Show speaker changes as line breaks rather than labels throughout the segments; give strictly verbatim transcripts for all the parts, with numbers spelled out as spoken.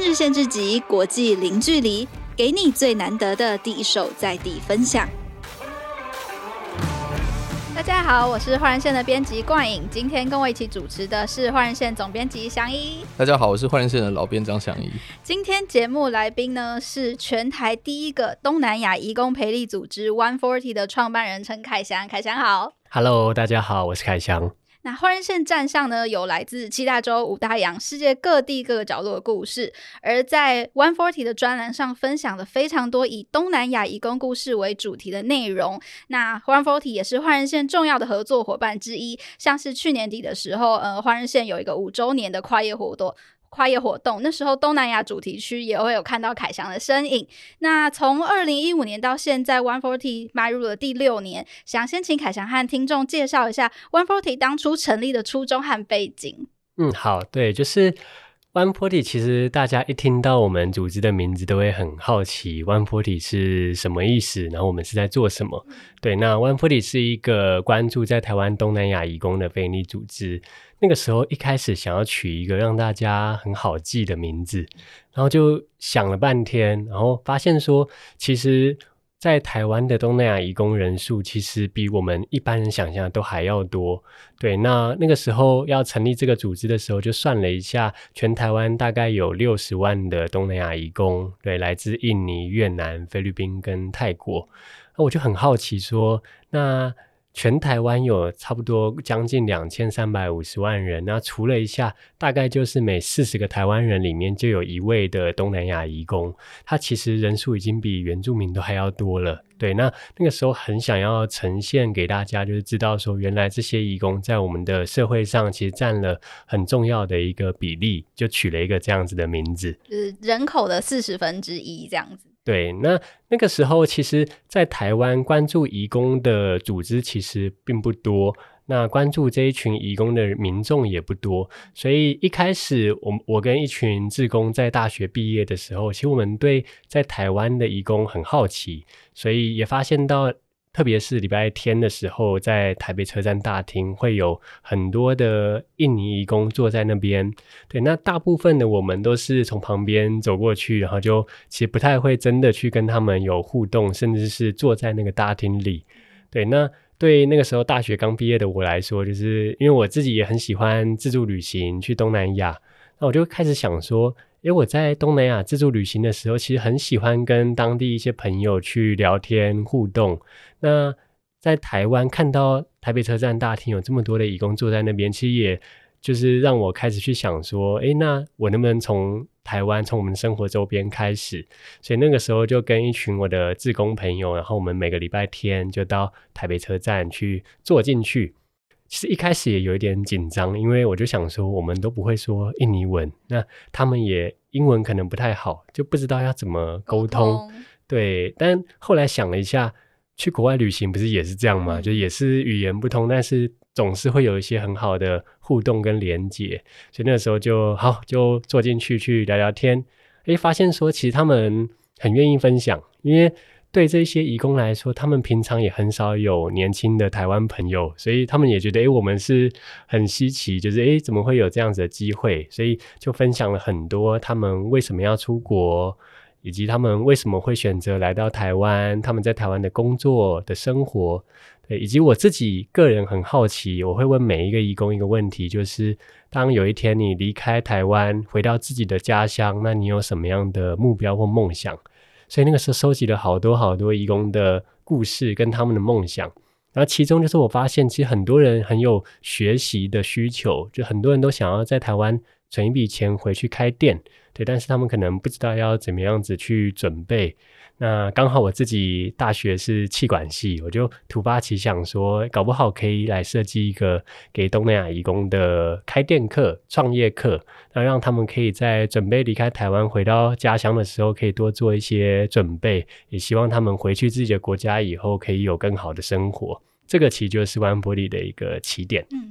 日线之集，国际零距离，给你最难得的第一手在地分享。大家好，我是焕然线的编辑冠颖，今天跟我一起主持的是焕然线总编辑祥一。
大家好，我是焕然线的老编张祥一。
今天节目来宾呢是全台第一个东南亚移工培力组织一百四十的创办人陈凯翔。凯翔好。
Hello， 大家好，我是凯翔。
那焕然线站上呢有来自七大洲五大洋世界各地各个角落的故事，而在一百四十的专栏上分享了非常多以东南亚移工故事为主题的内容。那一百四十也是焕然线重要的合作伙伴之一，像是去年底的时候呃，焕然线有一个五周年的跨业活动跨业活动，那时候东南亚主题区也会有看到凯翔的身影。那从二零一五年到现在一百四十迈入了第六年，想先请凯翔和听众介绍一下一百四十当初成立的初衷和背景。
嗯，好，对，就是一百四十其实大家一听到我们组织的名字都会很好奇一百四十是什么意思，然后我们是在做什么。对，那一百四十是一个关注在台湾东南亚移工的非营利组织。那个时候一开始想要取一个让大家很好记的名字，然后就想了半天，然后发现说其实在台湾的东南亚移工人数其实比我们一般人想象的都还要多。对，那那个时候要成立这个组织的时候就算了一下，全台湾大概有六十万的东南亚移工，对，来自印尼、越南、菲律宾跟泰国。那我就很好奇说，那全台湾有差不多将近两千三百五十万人，那除了一下大概就是每四十个台湾人里面就有一位的东南亚移工，他其实人数已经比原住民都还要多了。对，那那个时候很想要呈现给大家，就是知道说原来这些移工在我们的社会上其实占了很重要的一个比例，就取了一个这样子的名字，
就是人口的四十分之一这样子。
对，那那个时候其实在台湾关注移工的组织其实并不多，那关注这一群移工的民众也不多，所以一开始我我跟一群志工在大学毕业的时候，其实我们对在台湾的移工很好奇，所以也发现到特别是礼拜天的时候，在台北车站大厅会有很多的印尼移工坐在那边。对，那大部分的我们都是从旁边走过去，然后就其实不太会真的去跟他们有互动，甚至是坐在那个大厅里。对，那对那个时候大学刚毕业的我来说，就是因为我自己也很喜欢自助旅行，去东南亚，那我就开始想说，因为我在东南亚自助旅行的时候，其实很喜欢跟当地一些朋友去聊天互动。那在台湾看到台北车站大厅有这么多的移工坐在那边，其实也就是让我开始去想说，诶，那我能不能从台湾从我们生活周边开始。所以那个时候就跟一群我的志工朋友，然后我们每个礼拜天就到台北车站去坐进去。其实一开始也有一点紧张，因为我就想说我们都不会说印尼文，那他们也英文可能不太好，就不知道要怎么沟通, 沟通对，但后来想了一下，去国外旅行不是也是这样吗？就也是语言不通，但是总是会有一些很好的互动跟连结，所以那个时候就好就坐进去去聊聊天。诶，发现说其实他们很愿意分享，因为对这些移工来说，他们平常也很少有年轻的台湾朋友，所以他们也觉得诶我们是很稀奇，就是诶怎么会有这样子的机会，所以就分享了很多他们为什么要出国，以及他们为什么会选择来到台湾，他们在台湾的工作的生活。对，以及我自己个人很好奇，我会问每一个移工一个问题，就是当有一天你离开台湾回到自己的家乡，那你有什么样的目标或梦想？所以那个时候收集了好多好多移工的故事跟他们的梦想，然后其中就是我发现其实很多人很有学习的需求，就很多人都想要在台湾存一笔钱回去开店，对，但是他们可能不知道要怎么样子去准备。那刚好我自己大学是企管系，我就突发奇想说搞不好可以来设计一个给东南亚移工的开店课创业课，那让他们可以在准备离开台湾回到家乡的时候可以多做一些准备，也希望他们回去自己的国家以后可以有更好的生活。这个其实就是一百四十的一个起点。
嗯，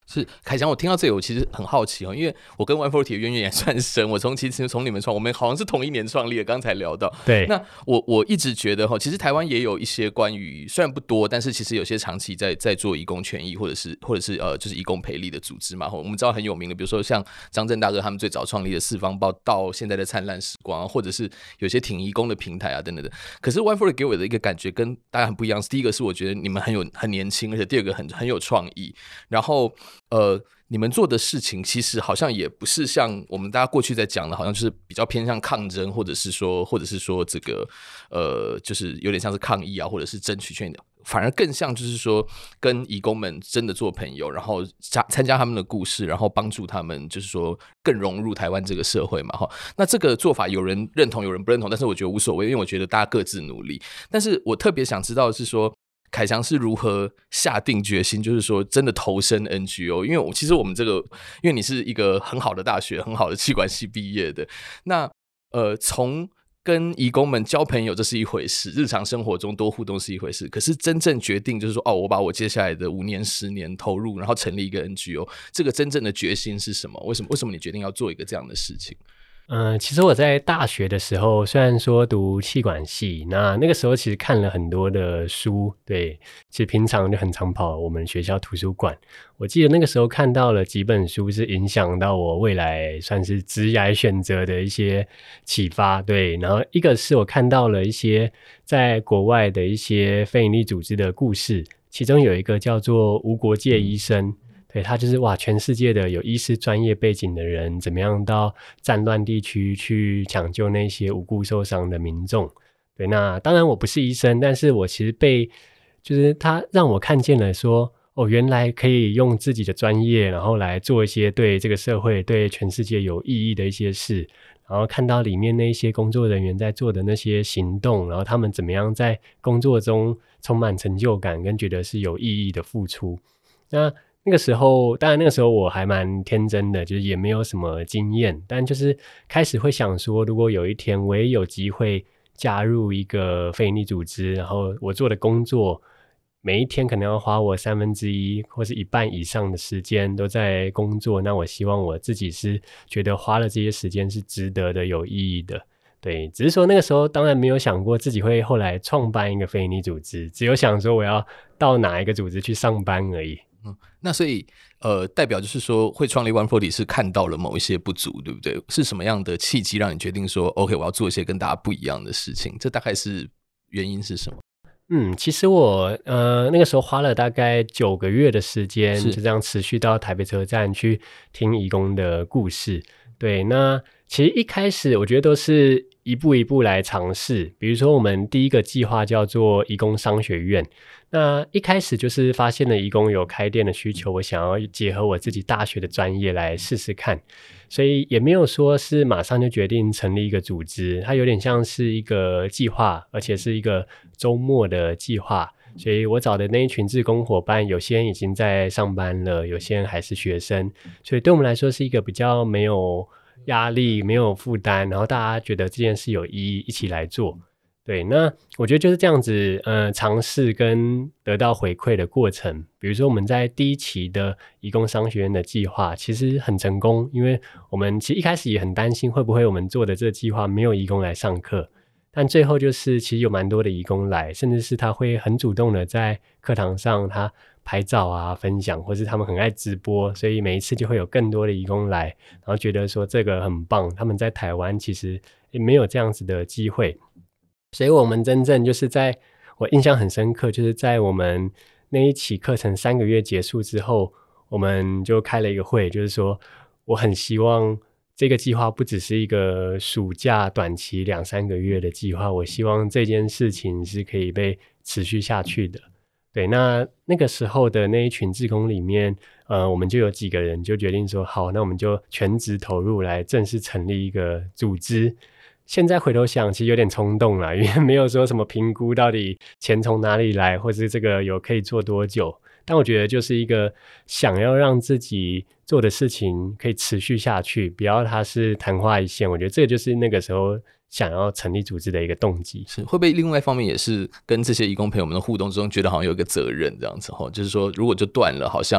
是凯翔，我听到这里，我其实很好奇哦，因为我跟one forty的渊源也算深。我从其实从你们创，我们好像是同一年创立的，刚才聊到。
对。
那我我一直觉得哈，其实台湾也有一些关于虽然不多，但是其实有些长期在在做移工权益或者是或者是呃就是移工培力的组织嘛。我们知道很有名的，比如说像张正大哥他们最早创立的四方报，到现在的灿烂时光，或者是有些挺移工的平台啊等等的。可是one forty给我的一个感觉跟大家很不一样。第一个是我觉得你们很有很年轻，而且第二个很很有创意。然后呃，你们做的事情其实好像也不是像我们大家过去在讲的，好像就是比较偏向抗争，或者是说，或者是说这个呃，就是有点像是抗议啊，或者是争取权益的，反而更像就是说跟移工们真的做朋友，然后参加他们的故事，然后帮助他们，就是说更融入台湾这个社会嘛。那这个做法有人认同，有人不认同，但是我觉得无所谓，因为我觉得大家各自努力。但是我特别想知道的是说，凯翔是如何下定决心，就是说真的投身 N G O？ 因为我其实我们这个，因为你是一个很好的大学、很好的企管系毕业的，那呃，从跟移工们交朋友这是一回事，日常生活中多互动是一回事，可是真正决定就是说，哦，我把我接下来的五年、十年投入，然后成立一个 N G O， 这个真正的决心是什么？为什么？为什么你决定要做一个这样的事情？
嗯、呃，其实我在大学的时候，虽然说读企管系，那那个时候其实看了很多的书，对，其实平常就很常跑我们学校图书馆。我记得那个时候看到了几本书，是影响到我未来算是职业选择的一些启发，对。然后一个是我看到了一些在国外的一些非营利组织的故事，其中有一个叫做无国界医生。对，他就是哇，全世界的有医师专业背景的人，怎么样到战乱地区去抢救那些无辜受伤的民众。对，那当然我不是医生，但是我其实被就是他让我看见了说，哦，原来可以用自己的专业，然后来做一些对这个社会、对全世界有意义的一些事，然后看到里面那些工作人员在做的那些行动，然后他们怎么样在工作中充满成就感，跟觉得是有意义的付出。那那个时候，当然那个时候我还蛮天真的，就是也没有什么经验，但就是开始会想说，如果有一天我也有机会加入一个非营利组织，然后我做的工作每一天可能要花我三分之一或是一半以上的时间都在工作，那我希望我自己是觉得花了这些时间是值得的、有意义的。对，只是说那个时候当然没有想过自己会后来创办一个非营利组织，只有想说我要到哪一个组织去上班而已。
嗯，那所以呃，代表就是说会创立one forty是看到了某一些不足，对不对？是什么样的契机让你决定说 OK 我要做一些跟大家不一样的事情？这大概是原因是什么？
嗯，其实我呃那个时候花了大概九个月的时间，就这样持续到台北车站去听移工的故事。对，那其实一开始我觉得都是一步一步来尝试，比如说我们第一个计划叫做移工商学院，那一开始就是发现了移工有开店的需求，我想要结合我自己大学的专业来试试看，所以也没有说是马上就决定成立一个组织，它有点像是一个计划，而且是一个周末的计划。所以我找的那一群志工伙伴，有些人已经在上班了，有些人还是学生，所以对我们来说是一个比较没有压力、没有负担，然后大家觉得这件事有意义，一起来做。对，那我觉得就是这样子，呃，尝试跟得到回馈的过程。比如说我们在第一期的移工商学院的计划其实很成功，因为我们其实一开始也很担心会不会我们做的这个计划没有移工来上课，但最后就是其实有蛮多的移工来，甚至是他会很主动的在课堂上他拍照啊分享，或是他们很爱直播，所以每一次就会有更多的移工来，然后觉得说这个很棒，他们在台湾其实也没有这样子的机会。所以我们真正就是在我印象很深刻，就是在我们那一期课程三个月结束之后，我们就开了一个会，就是说我很希望这个计划不只是一个暑假短期两三个月的计划，我希望这件事情是可以被持续下去的。对，那那个时候的那一群志工里面，呃，我们就有几个人就决定说，好，那我们就全职投入来正式成立一个组织。现在回头想其实有点冲动啦，因为没有说什么评估到底钱从哪里来，或是这个有可以做多久，但我觉得就是一个想要让自己做的事情可以持续下去，不要它是昙花一现，我觉得这个就是那个时候想要成立组织的一个动机。
是会不会另外一方面也是跟这些移工朋友们的互动中觉得好像有一个责任这样子，就是说如果就断了好像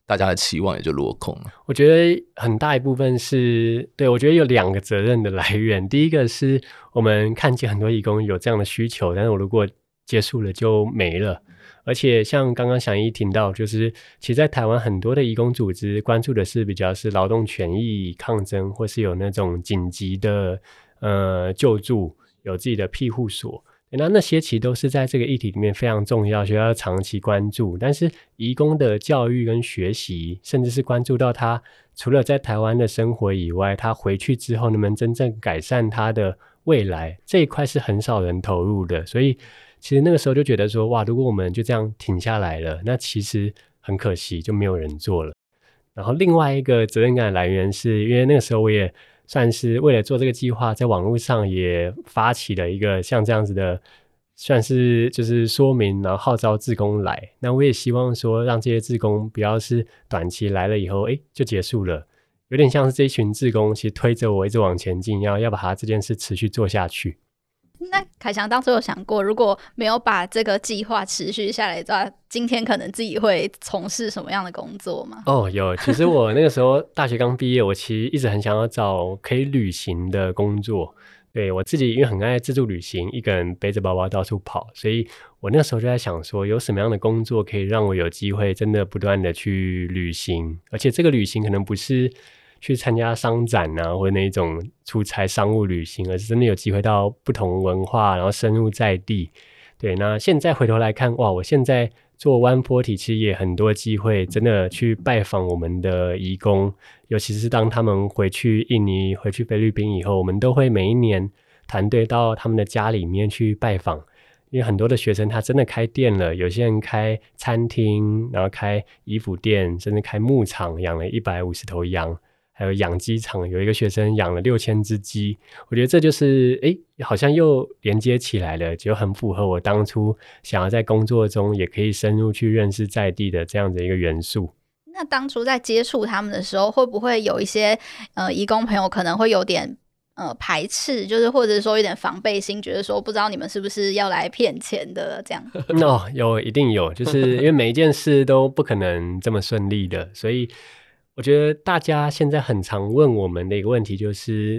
大家的期望也就落空了。
我觉得很大一部分是，对，我觉得有两个责任的来源。第一个是我们看见很多移工有这样的需求，但是我如果结束了就没了。而且像刚刚翔一听到，就是其实在台湾很多的移工组织关注的是比较是劳动权益抗争，或是有那种紧急的呃救助，有自己的庇护所，那那些其实都是在这个议题里面非常重要，需要长期关注。但是移工的教育跟学习，甚至是关注到他除了在台湾的生活以外，他回去之后能不能真正改善他的未来，这一块是很少人投入的。所以其实那个时候就觉得说，哇，如果我们就这样停下来了，那其实很可惜，就没有人做了。然后另外一个责任感的来源是因为那个时候我也算是为了做这个计划，在网络上也发起了一个像这样子的算是就是说明，然后号召志工来。那我也希望说让这些志工不要是短期来了以后诶就结束了，有点像是这一群志工其实推着我一直往前进，要要把它这件事持续做下去。
那凯翔当初有想过，如果没有把这个计划持续下来的话，今天可能自己会从事什么样的工作吗？
哦，有。其实我那个时候大学刚毕业，我其实一直很想要找可以旅行的工作。对，我自己因为很爱自助旅行，一个人背着包包到处跑，所以我那时候就在想说，有什么样的工作可以让我有机会真的不断的去旅行，而且这个旅行可能不是去参加商展啊，或者那种出差商务旅行，而是真的有机会到不同文化，然后深入在地。对，那现在回头来看，哇，我现在做一百四十其实也很多机会真的去拜访我们的移工，尤其是当他们回去印尼回去菲律宾以后，我们都会每一年团队到他们的家里面去拜访。因为很多的学生他真的开店了，有些人开餐厅，然后开衣服店，甚至开牧场，养了一百五十头羊，还有养鸡场，有一个学生养了六千只鸡。我觉得这就是诶好像又连接起来了，就很符合我当初想要在工作中也可以深入去认识在地的这样的一个元素。
那当初在接触他们的时候，会不会有一些呃移工朋友可能会有点呃排斥，就是或者说有点防备心，觉得说不知道你们是不是要来骗钱的这样？
哦，有，一定有，就是因为每一件事都不可能这么顺利的，所以我觉得大家现在很常问我们的一个问题就是，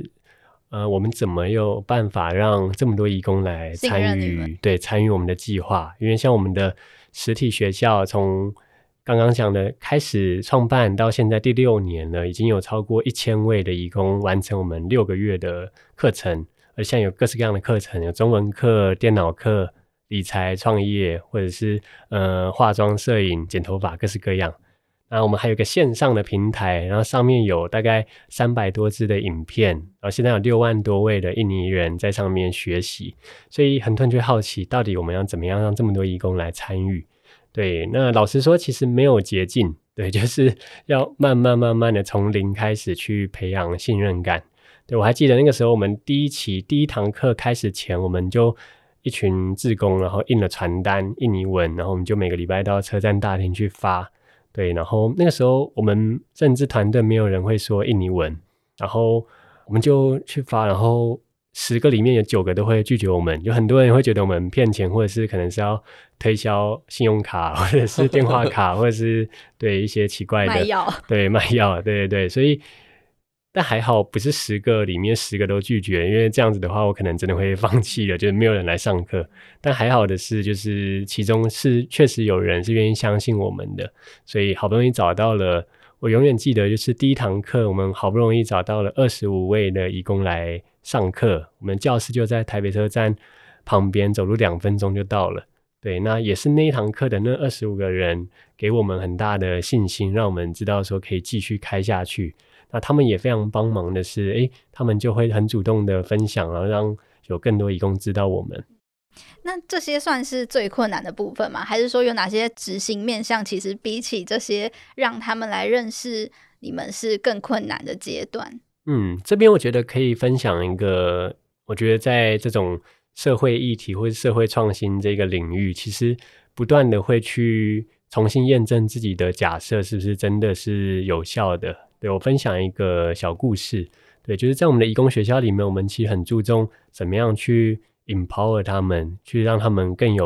呃，我们怎么有办法让这么多移工来参与，对，参与我们的计划？因为像我们的实体学校，从刚刚讲的开始创办到现在第六年了，已经有超过一千位的移工完成我们六个月的课程，而像有各式各样的课程，有中文课、电脑课、理财、创业，或者是呃化妆、摄影、剪头发，各式各样。那我们还有一个线上的平台，然后上面有大概三百多支的影片，然后现在有六万多位的印尼人在上面学习，所以很多人就会好奇，到底我们要怎么样让这么多移工来参与？对，那老实说，其实没有捷径，对，就是要慢慢慢慢的从零开始去培养信任感。对，我还记得那个时候，我们第一期第一堂课开始前，我们就一群志工，然后印了传单，印尼文，然后我们就每个礼拜到车站大厅去发。对，然后那个时候我们甚至团队没有人会说印尼文，然后我们就去发，然后十个里面有九个都会拒绝我们，有很多人会觉得我们骗钱，或者是可能是要推销信用卡，或者是电话卡，或者是对一些奇怪的
卖药，
对卖药，对对对，所以但还好不是十个里面十个都拒绝，因为这样子的话我可能真的会放弃了，就是没有人来上课。但还好的是就是其中是确实有人是愿意相信我们的，所以好不容易找到了，我永远记得就是第一堂课我们好不容易找到了二十五位的移工来上课，我们教室就在台北车站旁边，走路两分钟就到了。对，那也是那一堂课的那二十五个人给我们很大的信心，让我们知道说可以继续开下去。那他们也非常帮忙的是，诶，他们就会很主动的分享，然后让有更多移工知道我们。
那这些算是最困难的部分吗？还是说有哪些执行面向其实比起这些让他们来认识你们是更困难的阶段？
嗯，这边我觉得可以分享一个，我觉得在这种社会议题或者社会创新这个领域，其实不断的会去重新验证自己的假设是不是真的是有效的。对，我分享一个小故事，对，就是在我们的移工学校里面，我们其实很注重怎么样去 empower 他们，去让他们更有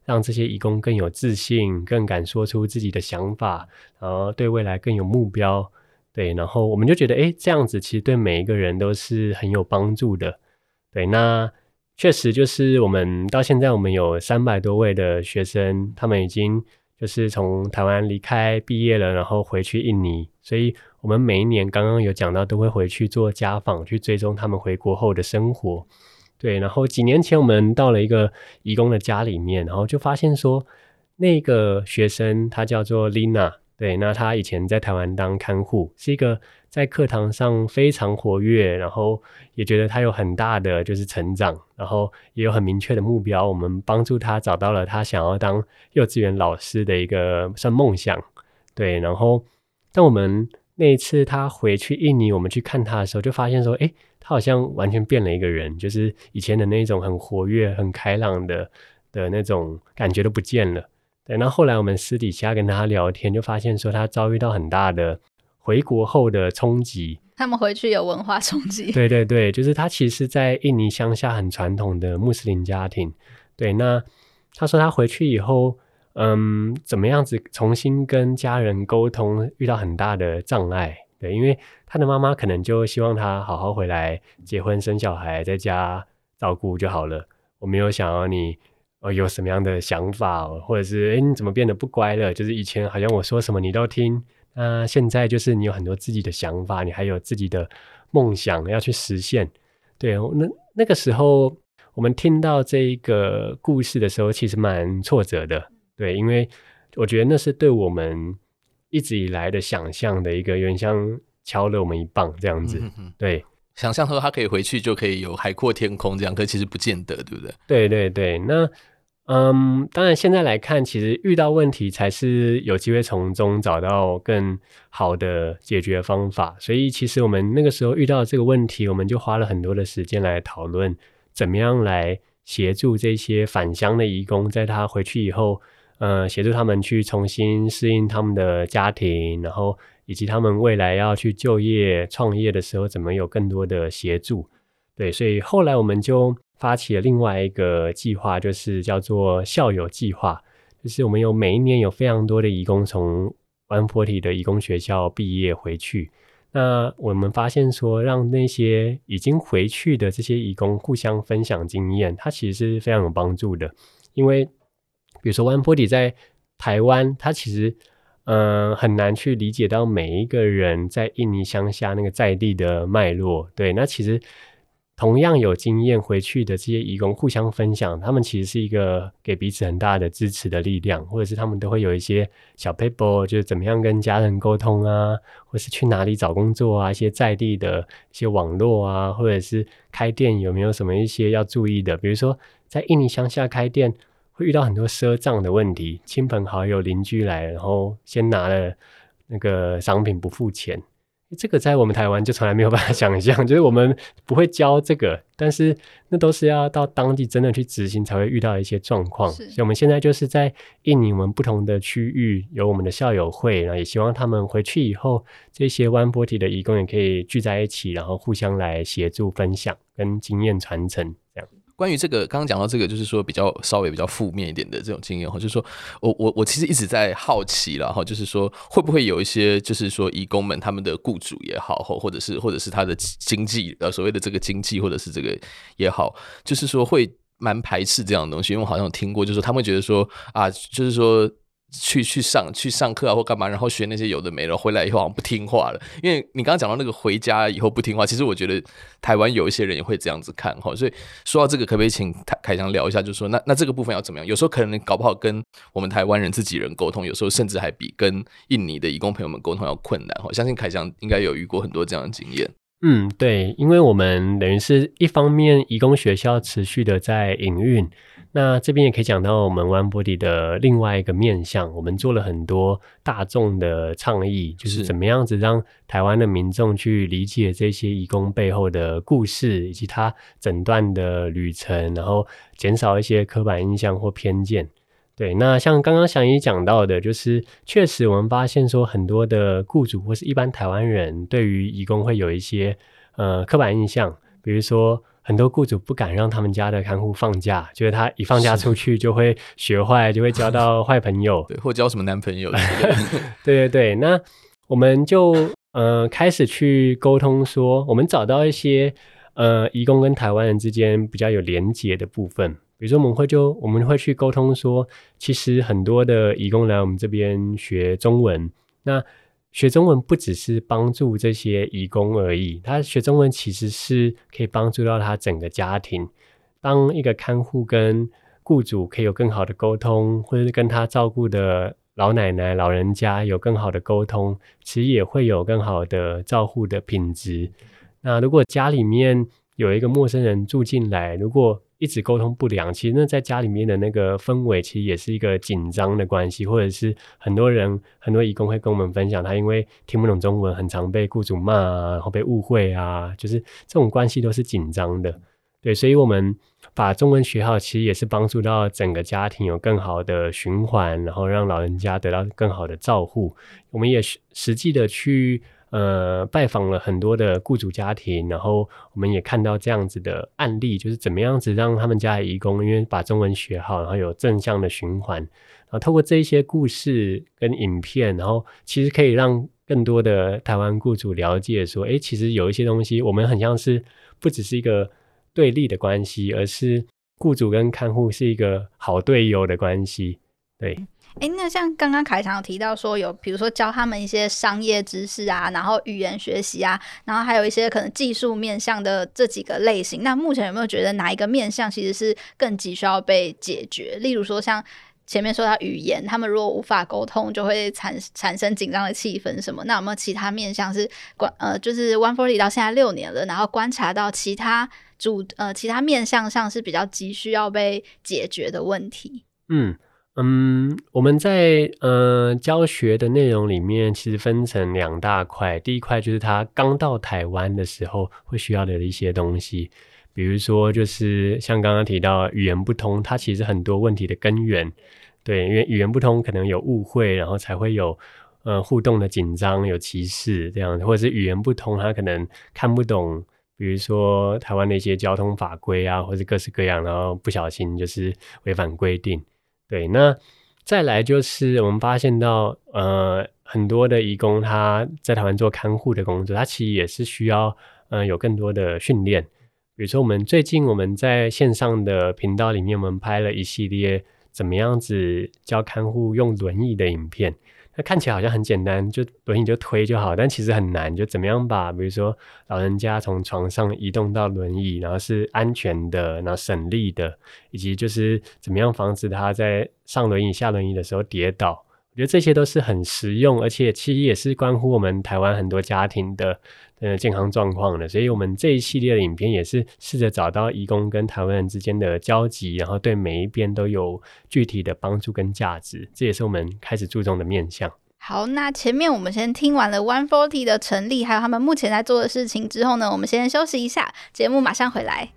让这些移工更有自信，更敢说出自己的想法，然后对未来更有目标。对，然后我们就觉得诶这样子其实对每一个人都是很有帮助的。对，那确实就是我们到现在我们有三百多位的学生，他们已经就是从台湾离开毕业了，然后回去印尼，所以我们每一年刚刚有讲到都会回去做家访，去追踪他们回国后的生活。对，然后几年前我们到了一个移工的家里面，然后就发现说那个学生他叫做 Lina， 对，那他以前在台湾当看护，是一个在课堂上非常活跃，然后也觉得他有很大的就是成长，然后也有很明确的目标，我们帮助他找到了他想要当幼稚园老师的一个算梦想。对，然后但我们那一次他回去印尼，我们去看他的时候就发现说诶他好像完全变了一个人，就是以前的那种很活跃很开朗的的那种感觉都不见了。对，那后来我们私底下跟他聊天，就发现说他遭遇到很大的回国后的冲击。
他们回去有文化冲击。
对对对，就是他其实是在印尼乡下很传统的穆斯林家庭。对，那他说他回去以后嗯，怎么样子重新跟家人沟通遇到很大的障碍。对，因为他的妈妈可能就希望他好好回来结婚生小孩在家照顾就好了，我没有想要你呃有什么样的想法，或者是诶你怎么变得不乖了，就是以前好像我说什么你都听，那现在就是你有很多自己的想法，你还有自己的梦想要去实现。对，那那个时候我们听到这一个故事的时候其实蛮挫折的。对，因为我觉得那是对我们一直以来的想象的一个有点像敲了我们一棒这样子。嗯哼，对，
想象说他可以回去就可以有海阔天空这样，可其实不见得，对不对？
对对对，那嗯，当然现在来看其实遇到问题才是有机会从中找到更好的解决方法，所以其实我们那个时候遇到这个问题，我们就花了很多的时间来讨论怎么样来协助这些返乡的移工，在他回去以后呃，协助他们去重新适应他们的家庭，然后以及他们未来要去就业创业的时候怎么有更多的协助。对，所以后来我们就发起了另外一个计划，就是叫做校友计划，就是我们有每一年有非常多的移工从一百四十的移工学校毕业回去，那我们发现说让那些已经回去的这些移工互相分享经验，它其实是非常有帮助的。因为比如说一百四十在台湾，它其实呃很难去理解到每一个人在印尼乡下那个在地的脉络。对，那其实同样有经验回去的这些移工互相分享，他们其实是一个给彼此很大的支持的力量，或者是他们都会有一些小 paper， 就是怎么样跟家人沟通啊，或是去哪里找工作啊，一些在地的一些网络啊，或者是开店有没有什么一些要注意的，比如说在印尼乡下开店会遇到很多赊账的问题，亲朋好友邻居来然后先拿了那个商品不付钱，这个在我们台湾就从来没有办法想象，就是我们不会教这个，但是那都是要到当地真的去执行才会遇到一些状况。所以我们现在就是在印尼我们不同的区域有我们的校友会，然后也希望他们回去以后这些一百四十的移工也可以聚在一起，然后互相来协助分享跟经验传承这样。
关于这个刚刚讲到这个就是说比较稍微比较负面一点的这种经验，就是说我我我其实一直在好奇啦，就是说会不会有一些就是说移工们他们的雇主也好，或者是或者是他的经济呃所谓的这个经济或者是这个也好，就是说会蛮排斥这样的东西。因为我好像有听过就是说他们会觉得说啊就是说去去上去上课啊或干嘛，然后学那些有的没的，回来以后好像不听话了。因为你刚刚讲到那个回家以后不听话，其实我觉得台湾有一些人也会这样子看齁。所以说到这个，可不可以请凯翔聊一下，就是说那那这个部分要怎么样？有时候可能搞不好跟我们台湾人自己人沟通，有时候甚至还比跟印尼的移工朋友们沟通要困难齁。相信凯翔应该有遇过很多这样的经验。
嗯，对，因为我们等于是一方面移工学校持续的在营运，那这边也可以讲到我们一百四十的另外一个面向，我们做了很多大众的倡议，就是怎么样子让台湾的民众去理解这些移工背后的故事以及他整段的旅程，然后减少一些刻板印象或偏见。对，那像刚刚翔一讲到的，就是确实我们发现说很多的雇主或是一般台湾人对于移工会有一些呃刻板印象，比如说很多雇主不敢让他们家的看护放假，觉得他一放假出去就会学坏，就会交到坏朋友，
对，或交什么男朋友
对对对，那我们就呃开始去沟通说，我们找到一些呃移工跟台湾人之间比较有连结的部分，比如说我们会就我们会去沟通说，其实很多的移工来我们这边学中文，那学中文不只是帮助这些移工而已，他学中文其实是可以帮助到他整个家庭。当一个看护跟雇主可以有更好的沟通，或者是跟他照顾的老奶奶老人家有更好的沟通，其实也会有更好的照护的品质。那如果家里面有一个陌生人住进来，如果一直沟通不良，其实那在家里面的那个氛围其实也是一个紧张的关系，或者是很多人很多移工会跟我们分享，他因为听不懂中文很常被雇主骂啊，然后被误会啊，就是这种关系都是紧张的。对，所以我们把中文学好，其实也是帮助到整个家庭有更好的循环，然后让老人家得到更好的照护。我们也实际的去呃拜访了很多的雇主家庭，然后我们也看到这样子的案例，就是怎么样子让他们家的移工因为把中文学好，然后有正向的循环，然后透过这一些故事跟影片，然后其实可以让更多的台湾雇主了解说，诶，其实有一些东西我们很像是不只是一个对立的关系，而是雇主跟看护是一个好队友的关系。对，
哎，那像刚刚凯翔有提到说，有比如说教他们一些商业知识啊，然后语言学习啊，然后还有一些可能技术面向的这几个类型。那目前有没有觉得哪一个面向其实是更急需要被解决？例如说像前面说到语言，他们如果无法沟通，就会产产生紧张的气氛什么？那有没有其他面向是观呃，就是一百四十到现在六年了，然后观察到其他主呃其他面向上是比较急需要被解决的问题？
嗯。嗯，我们在呃教学的内容里面其实分成两大块，第一块就是他刚到台湾的时候会需要的一些东西，比如说就是像刚刚提到语言不通，它其实很多问题的根源，对，因为语言不通可能有误会，然后才会有呃互动的紧张，有歧视这样，或者是语言不通，他可能看不懂，比如说台湾的一些交通法规啊，或是各式各样，然后不小心就是违反规定。对，那再来就是我们发现到呃很多的移工他在台湾做看护的工作，他其实也是需要呃有更多的训练。比如说我们最近我们在线上的频道里面，我们拍了一系列怎么样子教看护用轮椅的影片。那看起来好像很简单，就轮椅就推就好，但其实很难，就怎么样把比如说老人家从床上移动到轮椅，然后是安全的，然后省力的，以及就是怎么样防止他在上轮椅下轮椅的时候跌倒。我觉得这些都是很实用，而且其实也是关乎我们台湾很多家庭的呃健康状况的，所以我们这一系列的影片也是试着找到移工跟台湾人之间的交集，然后对每一边都有具体的帮助跟价值，这也是我们开始注重的面向。
好，那前面我们先听完了一百四十的成立还有他们目前在做的事情之后呢，我们先休息一下，节目马上回来。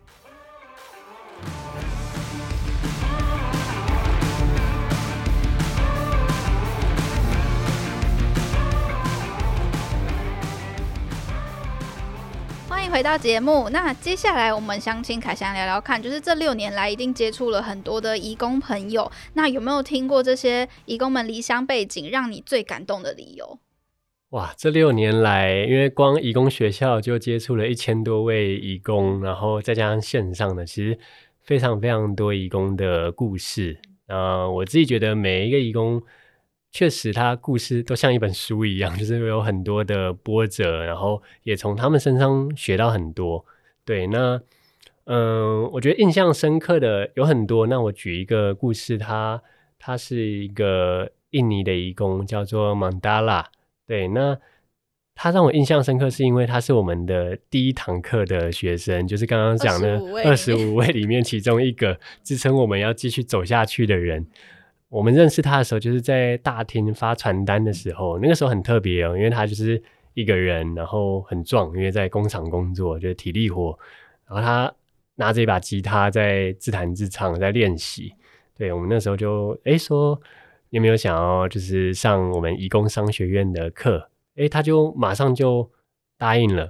欢迎回到节目。那接下来我们想请凯翔聊聊看，就是这六年来一定接触了很多的移工朋友，那有没有听过这些移工们离乡背景让你最感动的理由？
哇，这六年来，因为光移工学校就接触了一千多位移工，然后再加上线上的，其实非常非常多移工的故事。呃，我自己觉得每一个移工确实他故事都像一本书一样，就是有很多的波折，然后也从他们身上学到很多。对，那嗯、呃，我觉得印象深刻的有很多。那我举一个故事，他他是一个印尼的移工，叫做 Mandala。对，那他让我印象深刻是因为他是我们的第一堂课的学生，就是刚刚讲的二十五位里面其中一个支撑我们要继续走下去的人。我们认识他的时候就是在大厅发传单的时候，那个时候很特别哦，因为他就是一个人，然后很壮，因为在工厂工作就是体力活，然后他拿着一把吉他在自弹自唱，在练习。对，我们那时候就诶说你有没有想要就是上我们移工商学院的课？诶他就马上就答应了。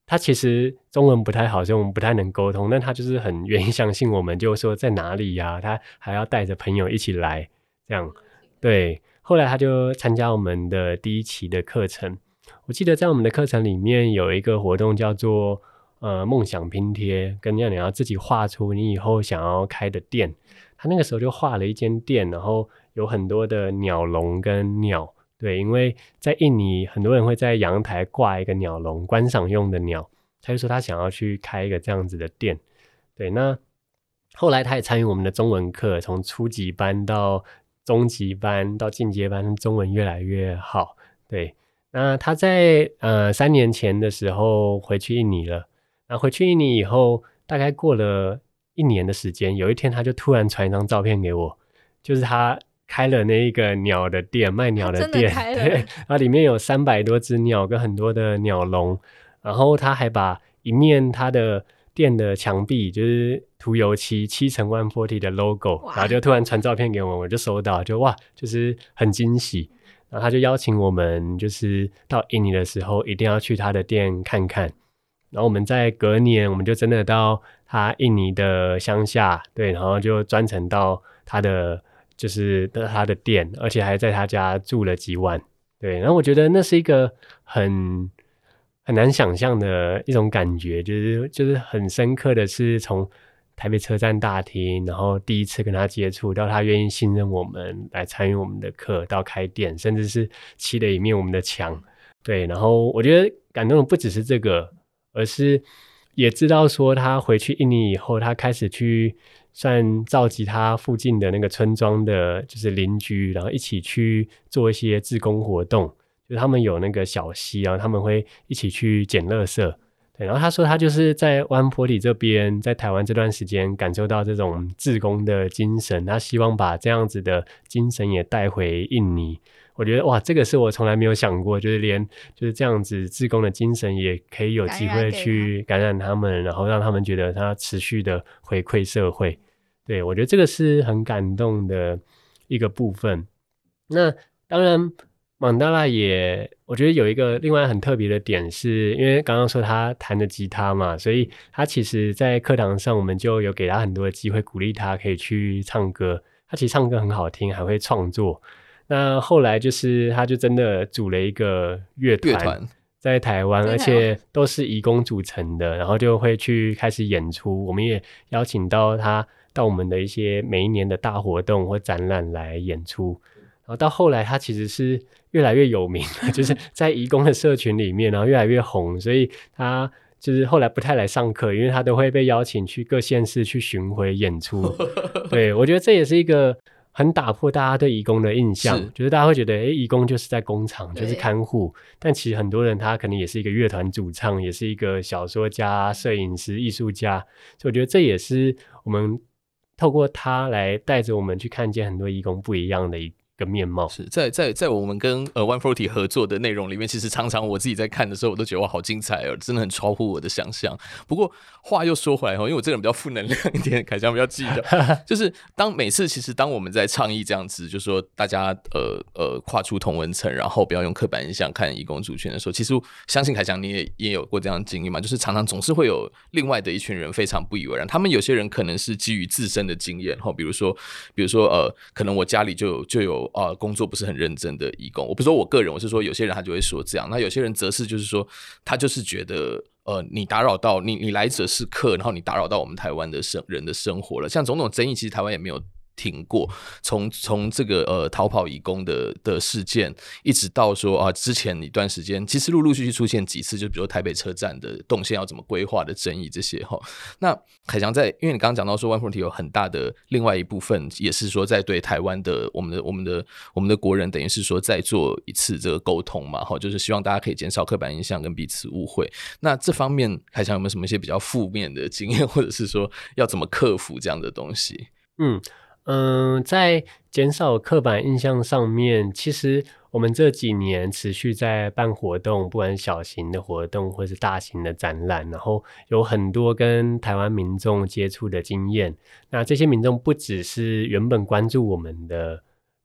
他其实中文不太好，所以我们不太能沟通，但他就是很愿意相信我们，就说在哪里呀、啊，他还要带着朋友一起来这样。对，后来他就参加我们的第一期的课程。我记得在我们的课程里面有一个活动叫做呃梦想拼贴，跟让你要自己画出你以后想要开的店。他那个时候就画了一间店，然后有很多的鸟笼跟鸟。对，因为在印尼很多人会在阳台挂一个鸟笼，观赏用的鸟，他就说他想要去开一个这样子的店。对，那后来他也参与我们的中文课，从初级班到中级班到进阶班，中文越来越好。对，那他在呃三年前的时候回去印尼了，那回去印尼以后大概过了一年的时间，有一天他就突然传一张照片给我，就是他开了那一个鸟的店，卖鸟的店，对，然后里面有三百多只鸟跟很多的鸟笼，然后他还把一面他的店的墙壁就是涂油漆漆成一百四十的 logo， 然后就突然传照片给我，我就收到，就哇，就是很惊喜。然后他就邀请我们，就是到印尼的时候一定要去他的店看看。然后我们在隔年，我们就真的到他印尼的乡下，对，然后就专程到他的。就是他的店，而且还在他家住了几晚。对，然后我觉得那是一个很很难想象的一种感觉，就是就是很深刻的是从台北车站大厅，然后第一次跟他接触，到他愿意信任我们来参与我们的课，到开店，甚至是漆了一面我们的墙。对，然后我觉得感动的不只是这个，而是也知道说他回去印尼以后，他开始去算召集他附近的那个村庄的就是邻居，然后一起去做一些志工活动，就是他们有那个小溪，然后他们会一起去捡垃圾。对，然后他说他就是在湾坡里这边，在台湾这段时间感受到这种志工的精神，他希望把这样子的精神也带回印尼。我觉得哇，这个是我从来没有想过，就是连就是这样子志工的精神也可以有机会去感染他们，然后让他们觉得他持续的回馈社会。对，我觉得这个是很感动的一个部分。那当然曼达拉也我觉得有一个另外很特别的点，是因为刚刚说他弹的吉他嘛，所以他其实在课堂上我们就有给他很多的机会，鼓励他可以去唱歌。他其实唱歌很好听，还会创作。那后来就是他就真的组了一个乐团，乐团在台湾，而且都是移工组成的，然后就会去开始演出。我们也邀请到他到我们的一些每一年的大活动或展览来演出。然后到后来他其实是越来越有名了，就是在移工的社群里面，然后越来越红，所以他就是后来不太来上课，因为他都会被邀请去各县市去巡回演出。对，我觉得这也是一个很打破大家对移工的印象，是就是大家会觉得诶，移工就是在工厂就是看护，但其实很多人他可能也是一个乐团主唱，也是一个小说家、摄影师、艺术家，所以我觉得这也是我们透过他来带着我们去看见很多移工不一样的一个面貌。
是在在在我们跟呃 一百四十 合作的内容里面，其实常常我自己在看的时候，我都觉得哇好精彩哦，真的很超乎我的想象。不过话又说回来，因为我这个人比较负能量一点，凯翔比较记得，就是当每次其实当我们在倡议这样子，就说大家呃呃跨出同温层，然后不要用刻板印象看移工族群的时候，其实相信凯翔你也也有过这样的经历嘛，就是常常总是会有另外的一群人非常不以为然，他们有些人可能是基于自身的经验，比如说比如说呃可能我家里就有就有呃工作不是很认真的移工，我不是说我个人，我是说有些人他就会说这样，那有些人则是就是说他就是觉得呃你打扰到你你来者是客，然后你打扰到我们台湾的生人的生活了，像种种争议其实台湾也没有停过，从从这个呃逃跑移工的的事件，一直到说啊之前一段时间，其实陆陆续续出现几次，就比如台北车站的动线要怎么规划的争议这些哈。那凯翔在，因为你刚刚讲到说 一百四十 有很大的另外一部分，也是说在对台湾的我们的我们的我们的国人，等于是说再做一次这个沟通嘛，哈，就是希望大家可以减少刻板印象跟彼此误会。那这方面凯翔有没有什么一些比较负面的经验，或者是说要怎么克服这样的东西？
嗯。嗯，在减少刻板印象上面，其实我们这几年持续在办活动，不管小型的活动或是大型的展览，然后有很多跟台湾民众接触的经验。那这些民众不只是原本关注我们的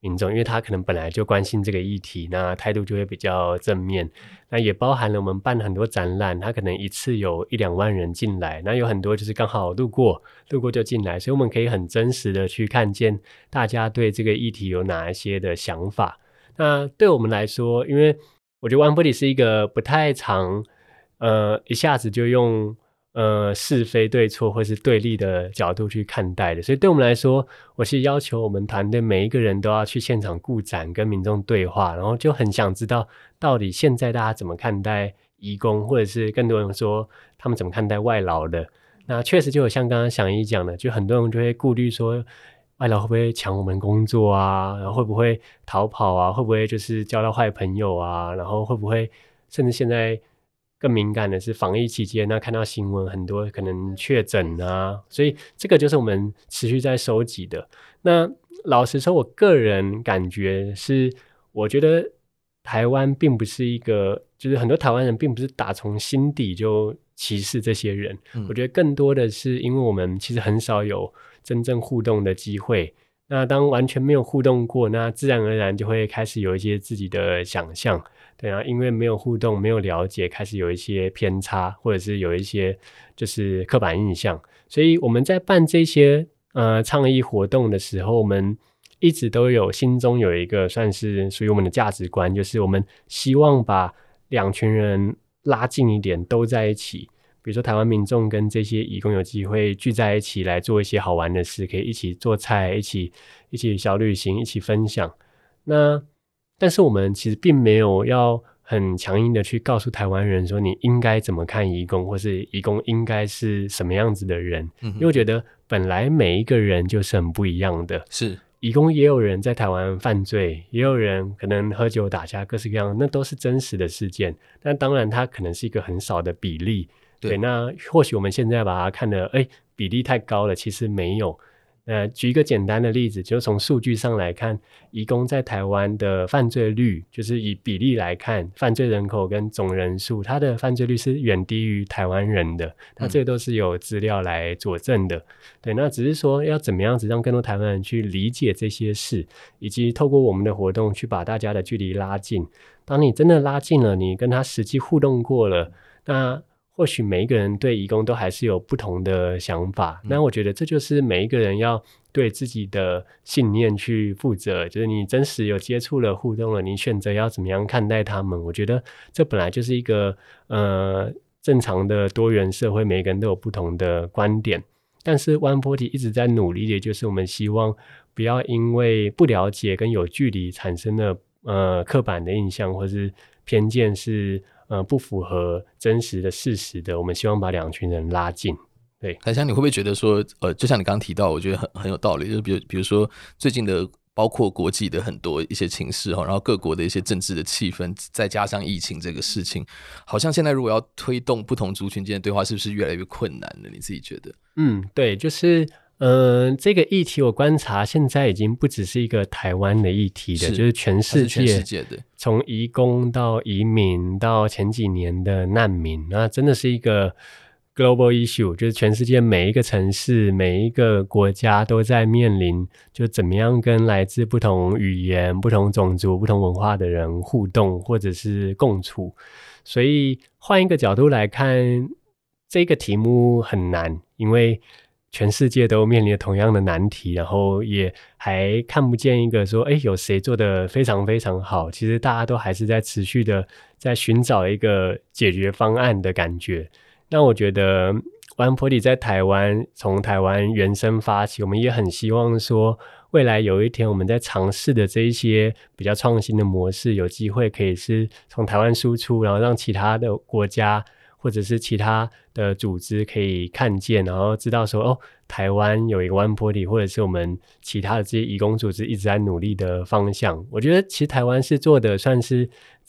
民众，因为他可能本来就关心这个议题，那态度就会比较正面。那也包含了我们办很多展览，他可能一次有一两万人进来，那有很多就是刚好路过路过就进来，所以我们可以很真实的去看见大家对这个议题有哪一些的想法。那对我们来说，因为我觉得one forty是一个不太常呃一下子就用呃是非对错或是对立的角度去看待的，所以对我们来说，我是要求我们团队每一个人都要去现场顾展跟民众对话，然后就很想知道到底现在大家怎么看待移工，或者是更多人说他们怎么看待外劳的。那确实就有像刚刚翔一讲的，就很多人就会顾虑说外劳会不会抢我们工作啊，然后会不会逃跑啊，会不会就是交到坏朋友啊，然后会不会甚至现在更敏感的是防疫期间，那看到新闻很多可能确诊啊，所以这个就是我们持续在收集的。那老实说，我个人感觉是，我觉得台湾并不是一个，就是很多台湾人并不是打从心底就歧视这些人、嗯、我觉得更多的是因为我们其实很少有真正互动的机会，那当完全没有互动过，那自然而然就会开始有一些自己的想象，对啊，因为没有互动没有了解，开始有一些偏差，或者是有一些就是刻板印象。所以我们在办这些呃倡议活动的时候，我们一直都有心中有一个算是属于我们的价值观，就是我们希望把两群人拉近一点，都在一起，比如说台湾民众跟这些移工有机会聚在一起来做一些好玩的事，可以一起做菜，一起一起小旅行，一起分享。那但是我们其实并没有要很强硬的去告诉台湾人说你应该怎么看移工，或是移工应该是什么样子的人、嗯、因为我觉得本来每一个人就是很不一样的，是移工也有人在台湾犯罪，也有人可能喝酒打架，各式各样，那都是真实的事件，但当然它可能是一个很少的比例。 对, 对，那或许我们现在把它看得哎比例太高了，其实没有。呃，举一个简单的例子，就从数据上来看，移工在台湾的犯罪率，就是以比例来看，犯罪人口跟总人数，它的犯罪率是远低于台湾人的，那这都是有资料来佐证的、嗯、对，那只是说要怎么样子让更多台湾人去理解这些事，以及透过我们的活动去把大家的距离拉近。当你真的拉近了，你跟他实际互动过了，那或许每一个人对移工都还是有不同的想法、嗯、那我觉得这就是每一个人要对自己的信念去负责，就是你真实有接触了互动了，你选择要怎么样看待他们，我觉得这本来就是一个呃正常的多元社会，每个人都有不同的观点。但是one forty一直在努力的就是我们希望不要因为不了解跟有距离产生的呃刻板的印象或是偏见是呃，不符合真实的事实的，我们希望把两群人拉近。对，凯翔，你会不会觉得说，呃，就像你刚刚提到，我觉得很很有道理，就是比如比如说最近的，包括国际的很多一些情势哈，然后各国的一些政治的气氛，再加上疫情这个事情，好像现在如果要推动不同族群间的对话，是不是越来越困难了？你自己觉得？嗯，对，就是。嗯、呃，这个议题我观察现在已经不只是一个台湾的议题的，是就是全世界，全世界的，从移工到移民到前几年的难民，那真的是一个 global issue， 就是全世界每一个城市每一个国家都在面临就怎么样跟来自不同语言不同种族不同文化的人互动或者是共处。所以换一个角度来看，这个题目很难，因为全世界都面临同样的难题，然后也还看不见一个说诶有谁做得非常非常好，其实大家都还是在持续的在寻找一个解决方案的感觉。那我觉得one forty在台湾从台湾原生发起，我们也很希望说未来有一天我们在尝试的这一些比较创新的模式，有机会可以是从台湾输出，然后让其他的国家或者是其他的组织可以看见，然后知道说哦，台湾有一个one forty，或者是我们其他的这些移工组织一直在努力的方向。我觉得其实台湾是做的算是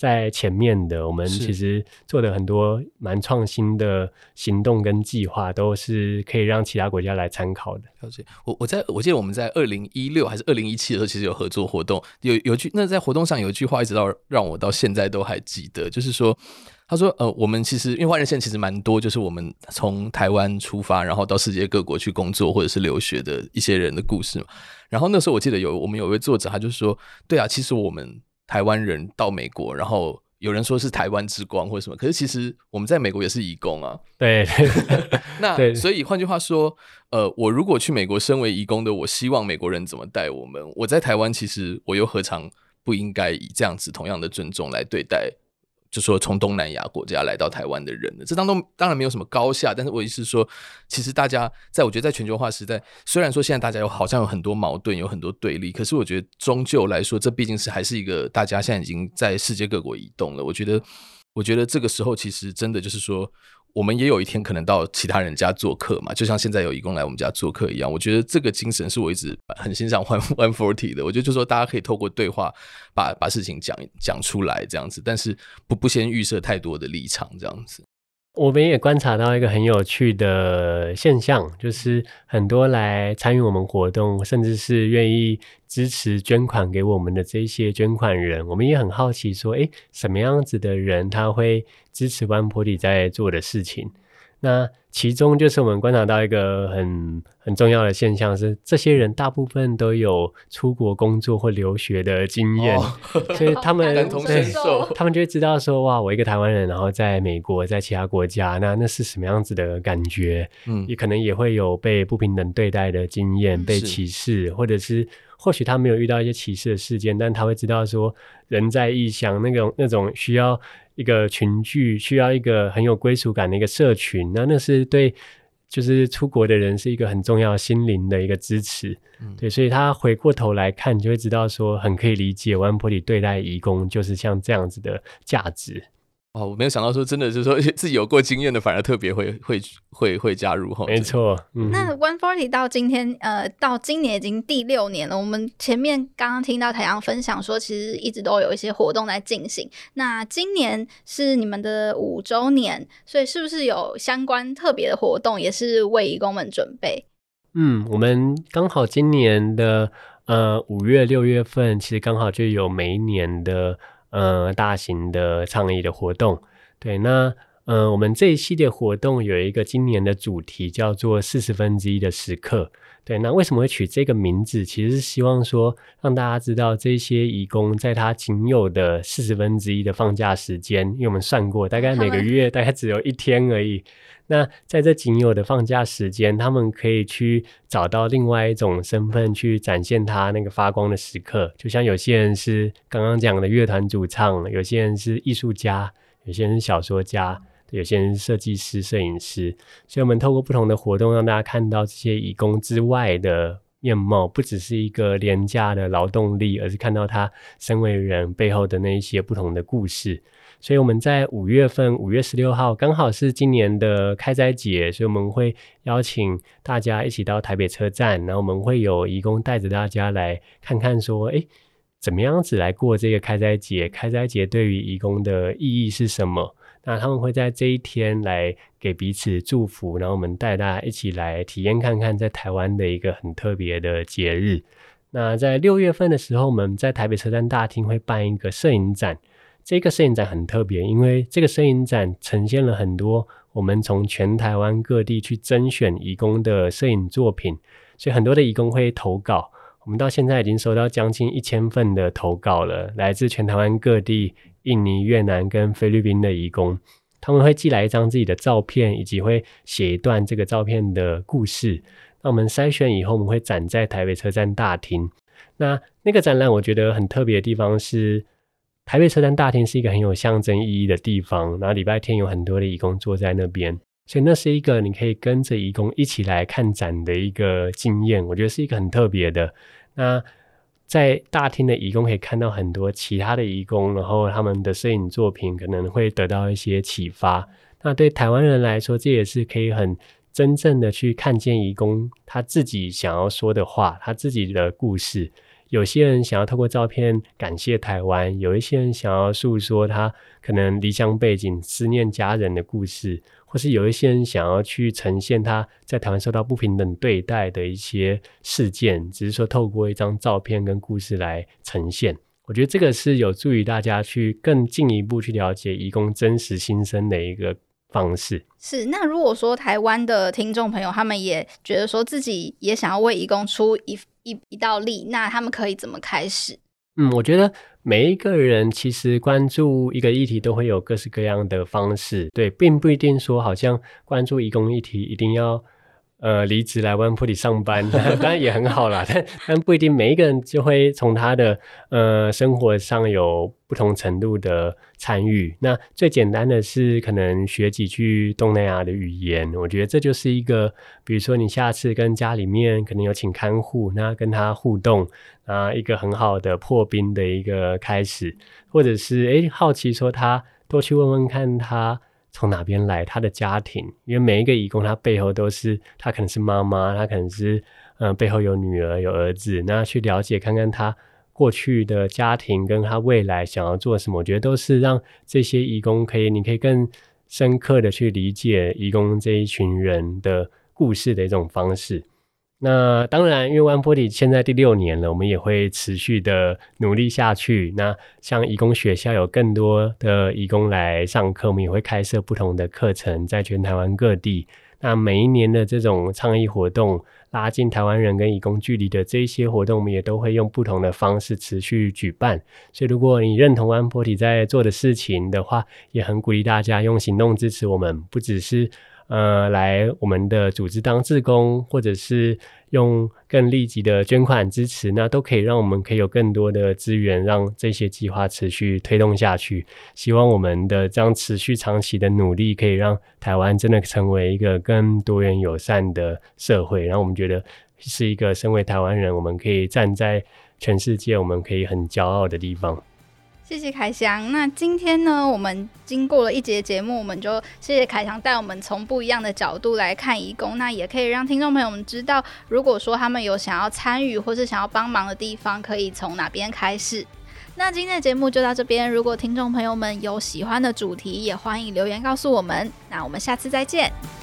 在前面的，我们其实做的很多蛮创新的行动跟计划，都是可以让其他国家来参考的。
了解。我我在我记得我们在二零一六还是二零一七的时候，其实有合作活动，有有句那在活动上有一句话一直到让我到现在都还记得，就是说。他说呃，我们其实因为换人线其实蛮多，就是我们从台湾出发，然后到世界各国去工作或者是留学的一些人的故事嘛。然后那时候我记得有我们有一位作者，他就说，对啊，其实我们台湾人到美国，然后有人说是台湾之光或者什么，可是其实我们在美国也是移工啊。
对，
那所以换句话说，呃，我如果去美国身为移工的，我希望美国人怎么待我们，我在台湾其实我又何尝不应该以这样子同样的尊重来对待。就说从东南亚国家来到台湾的人呢，这当中当然没有什么高下，但是我意思是说，其实大家在我觉得在全球化时代，虽然说现在大家有好像有很多矛盾，有很多对立，可是我觉得终究来说，这毕竟是还是一个大家现在已经在世界各国移动了。我觉得，我觉得这个时候其实真的就是说。我们也有一天可能到其他人家做客嘛，就像现在有移工来我们家做客一样。我觉得这个精神是我一直很欣赏一百四十的。我觉得就是说大家可以透过对话把把事情讲讲出来这样子，但是不不先预设太多的立场这样子。
我们也观察到一个很有趣的现象，就是很多来参与我们活动，甚至是愿意支持捐款给我们的这些捐款人，我们也很好奇说，诶，什么样子的人他会支持One Forty在做的事情？那其中就是我们观察到一个很很重要的现象是，这些人大部分都有出国工作或留学的经验，哦、所以他们
感同身受，
他们就会知道说，哇，我一个台湾人，然后在美国，在其他国家，那那是什么样子的感觉？嗯，也可能也会有被不平等对待的经验，嗯、被歧视，或者是或许他没有遇到一些歧视的事件，但他会知道说，人在异乡那种那种需要。一个群聚需要一个很有归属感的一个社群，那那是对就是出国的人是一个很重要心灵的一个支持、嗯、对，所以他回过头来看就会知道说很可以理解One Forty对待移工就是像这样子的价值。
哦，我没有想到说真的就是说自己有过经验的反而特别会会会会加入。
没错、
嗯、那One Forty到今天呃到今年已经第六年了，我们前面刚刚听到台阳分享说其实一直都有一些活动在进行，那今年是你们的五周年，所以是不是有相关特别的活动也是为移工们准备？
嗯，我们刚好今年的呃五月六月份其实刚好就有每一年的呃，大型的倡议的活动。对，那呃，我们这一系列活动有一个今年的主题叫做四十分之一的时刻。对，那为什么会取这个名字？其实是希望说让大家知道这些移工在他仅有的四十分之一的放假时间，因为我们算过大概每个月大概只有一天而已，那在这仅有的放假时间，他们可以去找到另外一种身份去展现他那个发光的时刻，就像有些人是刚刚讲的乐团主唱，有些人是艺术家，有些人是小说家，有些人是设计师、摄影师，所以我们透过不同的活动让大家看到这些移工之外的面貌，不只是一个廉价的劳动力，而是看到他身为人背后的那一些不同的故事。所以我们在五月份五月十六号刚好是今年的开斋节，所以我们会邀请大家一起到台北车站，然后我们会有移工带着大家来看看说诶怎么样子来过这个开斋节，开斋节对于移工的意义是什么，那他们会在这一天来给彼此祝福，然后我们带大家一起来体验看看在台湾的一个很特别的节日。那在六月份的时候，我们在台北车站大厅会办一个摄影展，这个摄影展很特别，因为这个摄影展呈现了很多我们从全台湾各地去甄选移工的摄影作品，所以很多的移工会投稿，我们到现在已经收到将近一千份的投稿了，来自全台湾各地印尼、越南跟菲律宾的移工，他们会寄来一张自己的照片，以及会写一段这个照片的故事，那我们筛选以后我们会展在台北车站大厅。那那个展览我觉得很特别的地方是台北车站大厅是一个很有象征意义的地方，然后礼拜天有很多的移工坐在那边，所以那是一个你可以跟着移工一起来看展的一个经验，我觉得是一个很特别的。那在大厅的移工可以看到很多其他的移工，然后他们的摄影作品可能会得到一些启发，那对台湾人来说这也是可以很真正的去看见移工他自己想要说的话，他自己的故事， 有些人想要透过照片感谢台湾，有一些人想要诉说他可能离乡背景思念家人的故事，或是有一些人想要去呈现他在台湾受到不平等对待的一些事件，只是说透过一张照片跟故事来呈现。我觉得这个是有助于大家去更进一步去了解移工真实心声的一个方式。
是，那如果说台湾的听众朋友他们也觉得说自己也想要为移工出一一一道力，那他们可以怎么开始？
嗯，我觉得每一个人其实关注一个议题都会有各式各样的方式，对，并不一定说好像关注移工议题一定要呃离职来湾坡里上班，当然也很好啦，但但不一定每一个人就会从他的呃生活上有不同程度的参与。那最简单的是可能学几句东南亚的语言，我觉得这就是一个，比如说你下次跟家里面可能有请看护，那跟他互动啊，一个很好的破冰的一个开始，或者是诶好奇说他多去问问看他从哪边来，他的家庭，因为每一个移工他背后都是，他可能是妈妈，他可能是呃背后有女儿有儿子，那去了解看看他过去的家庭跟他未来想要做什么，我觉得都是让这些移工可以，你可以更深刻的去理解移工这一群人的故事的一种方式。那当然因为湾坡里现在第六年了，我们也会持续的努力下去，那像移工学校有更多的移工来上课，我们也会开设不同的课程在全台湾各地，那每一年的这种倡议活动，拉近台湾人跟移工距离的这些活动，我们也都会用不同的方式持续举办。所以如果你认同湾坡里在做的事情的话，也很鼓励大家用行动支持我们，不只是呃，来我们的组织当志工，或者是用更立即的捐款支持，那都可以让我们可以有更多的资源，让这些计划持续推动下去。希望我们的这样持续长期的努力，可以让台湾真的成为一个更多元友善的社会，然后我们觉得是一个身为台湾人，我们可以站在全世界我们可以很骄傲的地方。
谢谢凯翔。那今天呢，我们经过了一节节目，我们就谢谢凯翔带我们从不一样的角度来看移工，那也可以让听众朋友们知道，如果说他们有想要参与或是想要帮忙的地方，可以从哪边开始。那今天的节目就到这边，如果听众朋友们有喜欢的主题，也欢迎留言告诉我们。那我们下次再见。